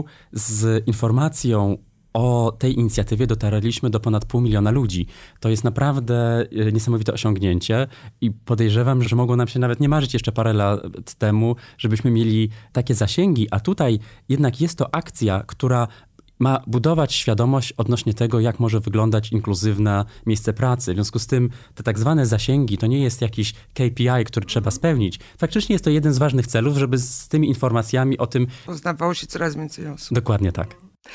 z informacją o tej inicjatywie dotarliśmy do ponad pół miliona ludzi. To jest naprawdę niesamowite osiągnięcie i podejrzewam, że mogło nam się nawet nie marzyć jeszcze parę lat temu, żebyśmy mieli takie zasięgi, a tutaj jednak jest to akcja, która ma budować świadomość odnośnie tego, jak może wyglądać inkluzywne miejsce pracy. W związku z tym te tak zwane zasięgi to nie jest jakiś K P I, który trzeba spełnić. Faktycznie jest to jeden z ważnych celów, żeby z tymi informacjami o tym... Poznawało się coraz więcej osób. Dokładnie tak.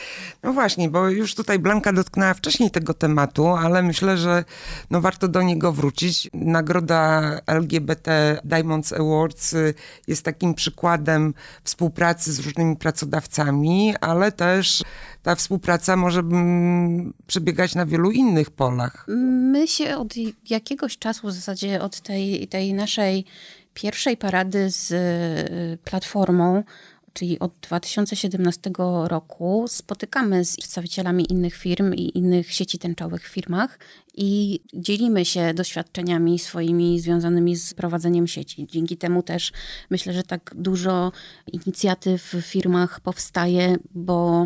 No właśnie, bo już tutaj Blanka dotknęła wcześniej tego tematu, ale myślę, że no warto do niego wrócić. Nagroda L G B T Diamonds Awards jest takim przykładem współpracy z różnymi pracodawcami, ale też ta współpraca może przebiegać na wielu innych polach. My się od jakiegoś czasu, w zasadzie od tej, tej naszej pierwszej parady z Platformą, czyli od dwa tysiące siedemnastego roku, spotykamy z przedstawicielami innych firm i innych sieci tęczowych w firmach i dzielimy się doświadczeniami swoimi związanymi z prowadzeniem sieci. Dzięki temu też myślę, że tak dużo inicjatyw w firmach powstaje, bo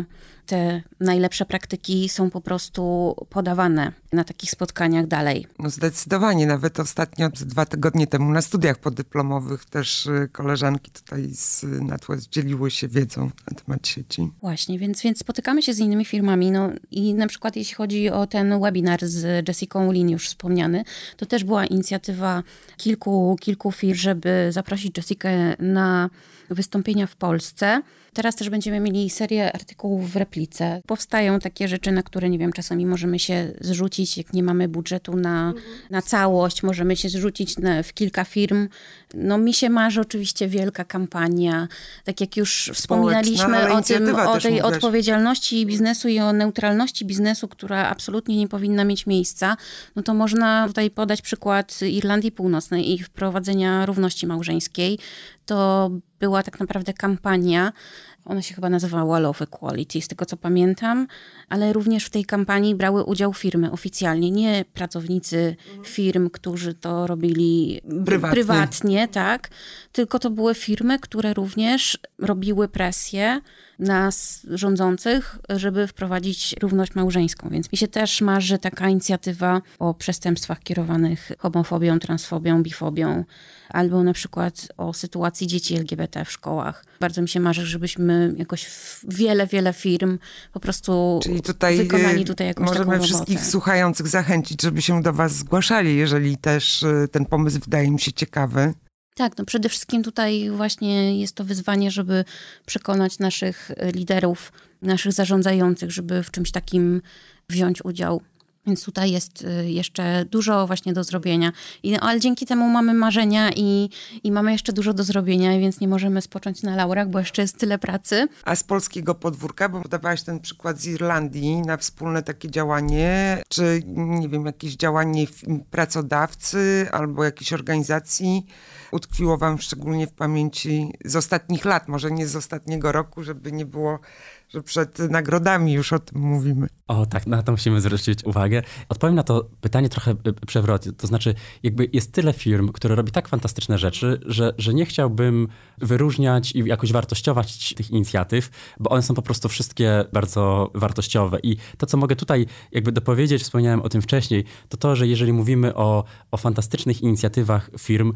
te najlepsze praktyki są po prostu podawane na takich spotkaniach dalej. No zdecydowanie. Nawet ostatnio, dwa tygodnie temu na studiach podyplomowych też koleżanki tutaj z Natwest dzieliły się wiedzą na temat sieci. Właśnie, więc, więc spotykamy się z innymi firmami. No i na przykład jeśli chodzi o ten webinar z Jessicą Lin już wspomniany, to też była inicjatywa kilku, kilku firm, żeby zaprosić Jessikę na wystąpienia w Polsce. Teraz też będziemy mieli serię artykułów w Replice. Powstają takie rzeczy, na które, nie wiem, czasami możemy się zrzucić, jak nie mamy budżetu na, na całość, możemy się zrzucić na, w kilka firm. No mi się marzy oczywiście wielka kampania. Tak jak już wspominaliśmy o tym, o tej mówiłaś. Odpowiedzialności biznesu i o neutralności biznesu, która absolutnie nie powinna mieć miejsca, no to można tutaj podać przykład Irlandii Północnej i wprowadzenia równości małżeńskiej. To była tak naprawdę kampania, ona się chyba nazywała Wall of Equality, z tego co pamiętam, ale również w tej kampanii brały udział firmy oficjalnie, nie pracownicy firm, którzy to robili prywatnie, prywatnie tak, tylko to były firmy, które również robiły presję nas rządzących, żeby wprowadzić równość małżeńską. Więc mi się też marzy taka inicjatywa o przestępstwach kierowanych homofobią, transfobią, bifobią, albo na przykład o sytuacji dzieci L G B T w szkołach. Bardzo mi się marzy, żebyśmy jakoś wiele, wiele firm po prostu Czyli tutaj wykonali tutaj jakąś taką robotę. Możemy wszystkich słuchających zachęcić, żeby się do was zgłaszali, jeżeli też ten pomysł wydaje mi się ciekawy. Tak, no przede wszystkim tutaj właśnie jest to wyzwanie, żeby przekonać naszych liderów, naszych zarządzających, żeby w czymś takim wziąć udział. Więc tutaj jest jeszcze dużo właśnie do zrobienia. I, no, ale dzięki temu mamy marzenia i, i mamy jeszcze dużo do zrobienia, więc nie możemy spocząć na laurach, bo jeszcze jest tyle pracy. A z polskiego podwórka, bo podawałaś ten przykład z Irlandii na wspólne takie działanie, czy nie wiem, jakieś działanie pracodawcy albo jakiejś organizacji utkwiło wam szczególnie w pamięci z ostatnich lat, może nie z ostatniego roku, żeby nie było, że przed nagrodami już o tym mówimy. O tak, na to musimy zwrócić uwagę. Odpowiem na to pytanie trochę przewrotnie. To znaczy, jakby jest tyle firm, które robi tak fantastyczne rzeczy, że, że nie chciałbym wyróżniać i jakoś wartościować tych inicjatyw, bo one są po prostu wszystkie bardzo wartościowe. I to, co mogę tutaj jakby dopowiedzieć, wspomniałem o tym wcześniej, to to, że jeżeli mówimy o, o fantastycznych inicjatywach firm,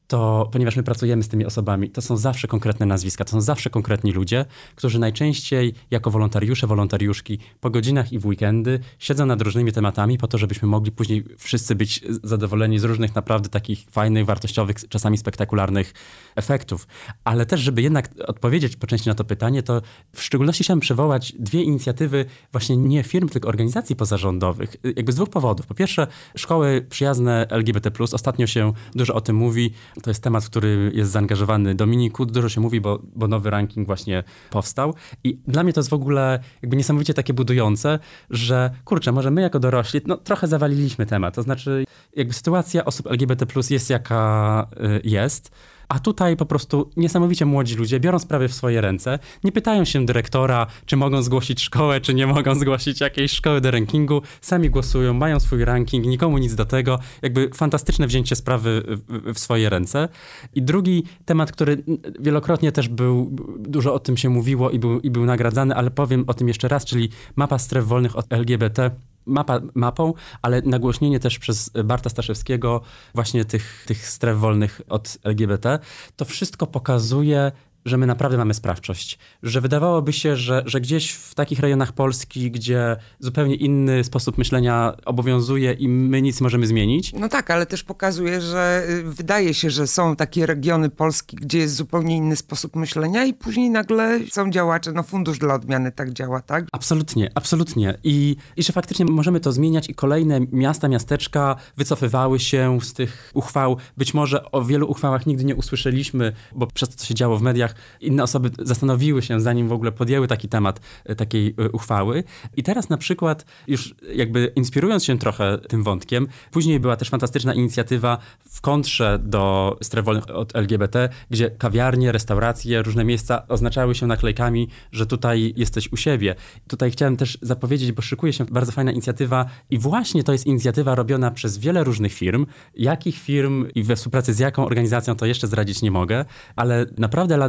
to ponieważ my pracujemy z tymi osobami, to są zawsze konkretne nazwiska, to są zawsze konkretni ludzie, którzy najczęściej jako wolontariusze, wolontariuszki po godzinach i w weekendy siedzą nad różnymi tematami po to, żebyśmy mogli później wszyscy być zadowoleni z różnych naprawdę takich fajnych, wartościowych, czasami spektakularnych efektów. Ale też, żeby jednak odpowiedzieć po części na to pytanie, to w szczególności chciałem przywołać dwie inicjatywy właśnie nie firm, tylko organizacji pozarządowych. Jakby z dwóch powodów. Po pierwsze, szkoły przyjazne L G B T plus. Ostatnio się dużo o tym mówi. To jest temat, w który jest zaangażowany Dominiku. Dużo się mówi, bo, bo nowy ranking właśnie powstał. I dla mnie to jest w ogóle jakby niesamowicie takie budujące, że kurczę, może my jako dorośli, no trochę zawaliliśmy temat. To znaczy jakby sytuacja osób L G B T plus jest jaka y, jest. A tutaj po prostu niesamowicie młodzi ludzie biorą sprawy w swoje ręce, nie pytają się dyrektora, czy mogą zgłosić szkołę, czy nie mogą zgłosić jakiejś szkoły do rankingu, sami głosują, mają swój ranking, nikomu nic do tego, jakby fantastyczne wzięcie sprawy w, w swoje ręce. I drugi temat, który wielokrotnie też był, dużo o tym się mówiło i był, i był nagradzany, ale powiem o tym jeszcze raz, czyli mapa stref wolnych od L G B T, Mapa mapą, ale nagłośnienie też przez Barta Staszewskiego właśnie tych, tych stref wolnych od L G B T. To wszystko pokazuje, że my naprawdę mamy sprawczość. Że wydawałoby się, że, że gdzieś w takich rejonach Polski, gdzie zupełnie inny sposób myślenia obowiązuje i my nic możemy zmienić. No tak, ale też pokazuje, że wydaje się, że są takie regiony Polski, gdzie jest zupełnie inny sposób myślenia i później nagle są działacze, no fundusz dla odmiany tak działa, tak? Absolutnie, absolutnie. I, i że faktycznie możemy to zmieniać i kolejne miasta, miasteczka wycofywały się z tych uchwał. Być może o wielu uchwałach nigdy nie usłyszeliśmy, bo przez to, co się działo w mediach, inne osoby zastanowiły się, zanim w ogóle podjęły taki temat takiej uchwały. I teraz na przykład, już jakby inspirując się trochę tym wątkiem, później była też fantastyczna inicjatywa w kontrze do stref wolnych od L G B T, gdzie kawiarnie, restauracje, różne miejsca oznaczały się naklejkami, że tutaj jesteś u siebie. Tutaj chciałem też zapowiedzieć, bo szykuje się bardzo fajna inicjatywa i właśnie to jest inicjatywa robiona przez wiele różnych firm. Jakich firm i we współpracy z jaką organizacją, to jeszcze zdradzić nie mogę, ale naprawdę lada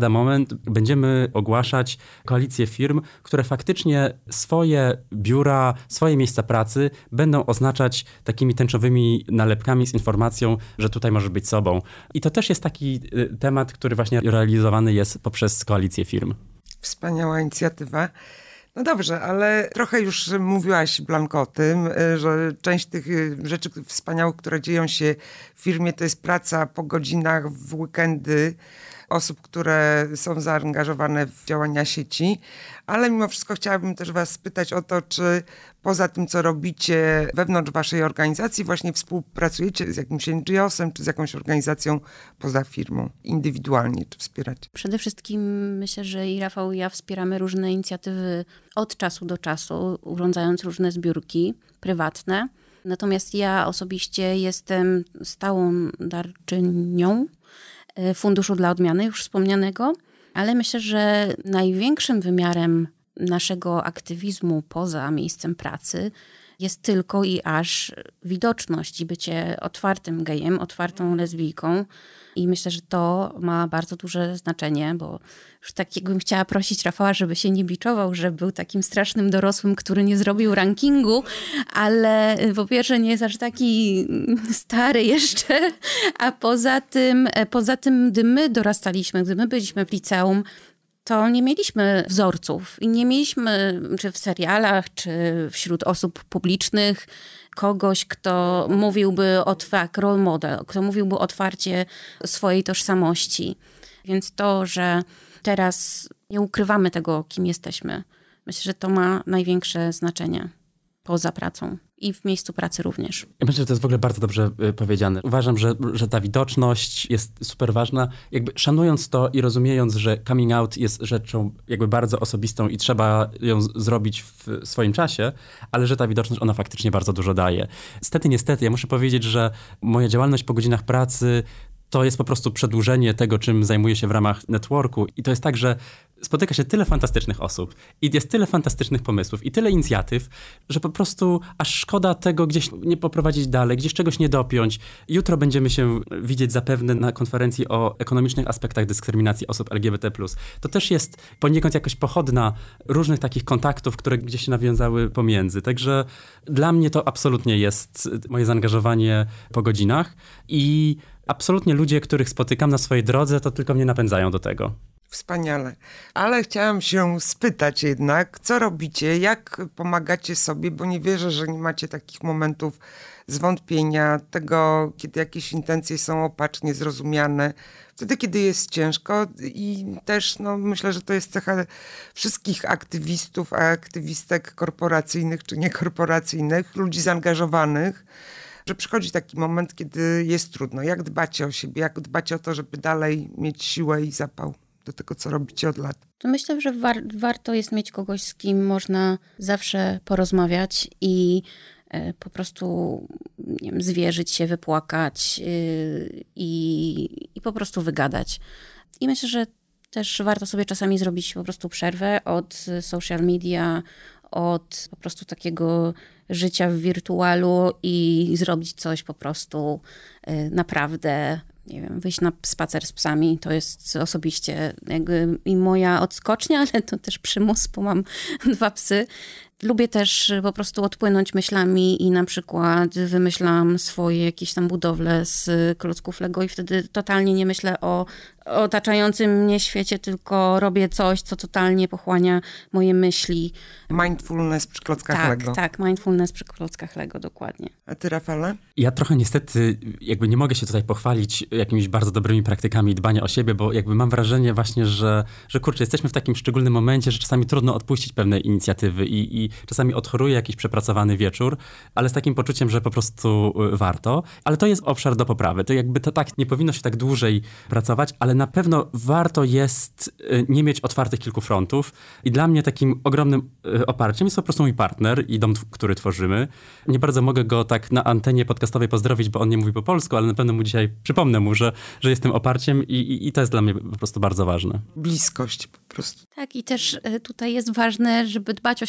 lada moment będziemy ogłaszać koalicję firm, które faktycznie swoje biura, swoje miejsca pracy będą oznaczać takimi tęczowymi nalepkami z informacją, że tutaj możesz być sobą. I to też jest taki temat, który właśnie realizowany jest poprzez koalicję firm. Wspaniała inicjatywa. No dobrze, ale trochę już mówiłaś, Blanko, o tym, że część tych rzeczy wspaniałych, które dzieją się w firmie, to jest praca po godzinach, w weekendy osób, które są zaangażowane w działania sieci. Ale mimo wszystko chciałabym też was spytać o to, czy poza tym, co robicie wewnątrz waszej organizacji, właśnie współpracujecie z jakimś N G O sem, czy z jakąś organizacją poza firmą, indywidualnie, czy wspieracie? Przede wszystkim myślę, że i Rafał, i ja wspieramy różne inicjatywy od czasu do czasu, urządzając różne zbiórki prywatne. Natomiast ja osobiście jestem stałą darczynią Funduszu dla Odmiany, już wspomnianego, ale myślę, że największym wymiarem naszego aktywizmu poza miejscem pracy jest tylko i aż widoczność i bycie otwartym gejem, otwartą lesbijką. I myślę, że to ma bardzo duże znaczenie, bo już tak jakbym chciała prosić Rafała, żeby się nie biczował, że był takim strasznym dorosłym, który nie zrobił rankingu, ale po pierwsze nie jest aż taki stary jeszcze, a poza tym, poza tym, gdy my dorastaliśmy, gdy my byliśmy w liceum, to nie mieliśmy wzorców i nie mieliśmy, czy w serialach, czy wśród osób publicznych, kogoś, kto mówiłby otwarcie, role model, kto mówiłby otwarcie swojej tożsamości. Więc to, że teraz nie ukrywamy tego, kim jesteśmy, myślę, że to ma największe znaczenie poza pracą. I w miejscu pracy również. Ja myślę, że to jest w ogóle bardzo dobrze powiedziane. Uważam, że, że ta widoczność jest super ważna. Jakby szanując to i rozumiejąc, że coming out jest rzeczą jakby bardzo osobistą i trzeba ją z- zrobić w swoim czasie, ale że ta widoczność, ona faktycznie bardzo dużo daje. Niestety, niestety, ja muszę powiedzieć, że moja działalność po godzinach pracy to jest po prostu przedłużenie tego, czym zajmuję się w ramach networku. I to jest tak, że spotyka się tyle fantastycznych osób i jest tyle fantastycznych pomysłów i tyle inicjatyw, że po prostu aż szkoda tego gdzieś nie poprowadzić dalej, gdzieś czegoś nie dopiąć. Jutro będziemy się widzieć zapewne na konferencji o ekonomicznych aspektach dyskryminacji osób L G B T plus. To też jest poniekąd jakoś pochodna różnych takich kontaktów, które gdzieś się nawiązały pomiędzy. Także dla mnie to absolutnie jest moje zaangażowanie po godzinach i absolutnie ludzie, których spotykam na swojej drodze, to tylko mnie napędzają do tego. Wspaniale. Ale chciałam się spytać jednak, co robicie, jak pomagacie sobie, bo nie wierzę, że nie macie takich momentów zwątpienia, tego, kiedy jakieś intencje są opacznie zrozumiane, wtedy, kiedy jest ciężko i też no, myślę, że to jest cecha wszystkich aktywistów, aktywistek korporacyjnych czy niekorporacyjnych, ludzi zaangażowanych, że przychodzi taki moment, kiedy jest trudno. Jak dbacie o siebie, jak dbacie o to, żeby dalej mieć siłę i zapał do tego, co robicie od lat? To myślę, że war- warto jest mieć kogoś, z kim można zawsze porozmawiać i y, po prostu nie wiem, zwierzyć się, wypłakać y, i, i po prostu wygadać. I myślę, że też warto sobie czasami zrobić po prostu przerwę od social media, od po prostu takiego życia w wirtualu i zrobić coś po prostu y, naprawdę, nie wiem, wyjść na spacer z psami. To jest osobiście jakby i moja odskocznia, ale to też przymus, bo mam dwa psy. Lubię też po prostu odpłynąć myślami i na przykład wymyślam swoje jakieś tam budowle z klocków Lego i wtedy totalnie nie myślę o otaczającym mnie świecie, tylko robię coś, co totalnie pochłania moje myśli. Mindfulness przy klockach tak, Lego. Tak, tak, mindfulness przy klockach Lego, dokładnie. A ty, Rafale? Ja trochę niestety jakby nie mogę się tutaj pochwalić jakimiś bardzo dobrymi praktykami dbania o siebie, bo jakby mam wrażenie właśnie, że, że kurczę, jesteśmy w takim szczególnym momencie, że czasami trudno odpuścić pewne inicjatywy i, i czasami odchoruję jakiś przepracowany wieczór, ale z takim poczuciem, że po prostu warto. Ale to jest obszar do poprawy. To jakby to tak nie powinno się tak dłużej pracować, ale na pewno warto jest nie mieć otwartych kilku frontów i dla mnie takim ogromnym oparciem jest po prostu mój partner i dom, który tworzymy. Nie bardzo mogę go tak na antenie podcastowej pozdrowić, bo on nie mówi po polsku, ale na pewno mu dzisiaj przypomnę mu, że, że jestem oparciem i, i, i to jest dla mnie po prostu bardzo ważne. Bliskość po prostu. Tak i też tutaj jest ważne, żeby dbać o siebie i nie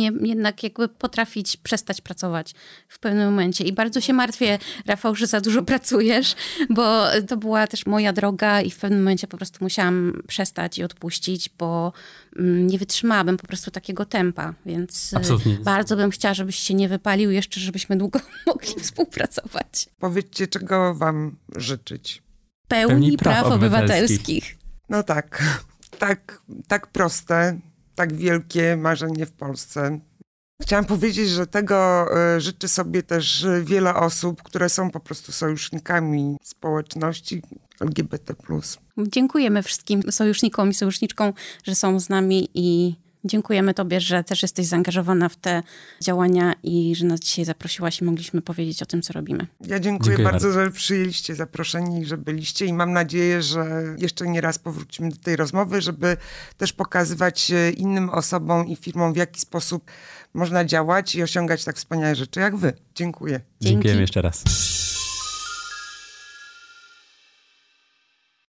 nie jednak jakby potrafić przestać pracować w pewnym momencie. I bardzo się martwię, Rafał, że za dużo pracujesz, bo to była też moja droga i w pewnym momencie po prostu musiałam przestać i odpuścić, bo nie wytrzymałabym po prostu takiego tempa, więc Absolutnie. Bardzo bym chciała, żebyś się nie wypalił jeszcze, żebyśmy długo mogli współpracować. Powiedzcie, czego wam życzyć? Pełni, Pełni praw, praw obywatelskich. obywatelskich. No tak, tak, tak proste, tak wielkie marzenie w Polsce. Chciałam powiedzieć, że tego życzy sobie też wiele osób, które są po prostu sojusznikami społeczności L G B T plus. Dziękujemy wszystkim sojusznikom i sojuszniczkom, że są z nami i dziękujemy tobie, że też jesteś zaangażowana w te działania i że nas dzisiaj zaprosiłaś i mogliśmy powiedzieć o tym, co robimy. Ja dziękuję, dziękuję bardzo, bardzo, że przyjęliście zaproszenie i że byliście i mam nadzieję, że jeszcze nie raz powrócimy do tej rozmowy, żeby też pokazywać innym osobom i firmom, w jaki sposób można działać i osiągać tak wspaniałe rzeczy jak wy. Dziękuję. Dziękujemy jeszcze raz.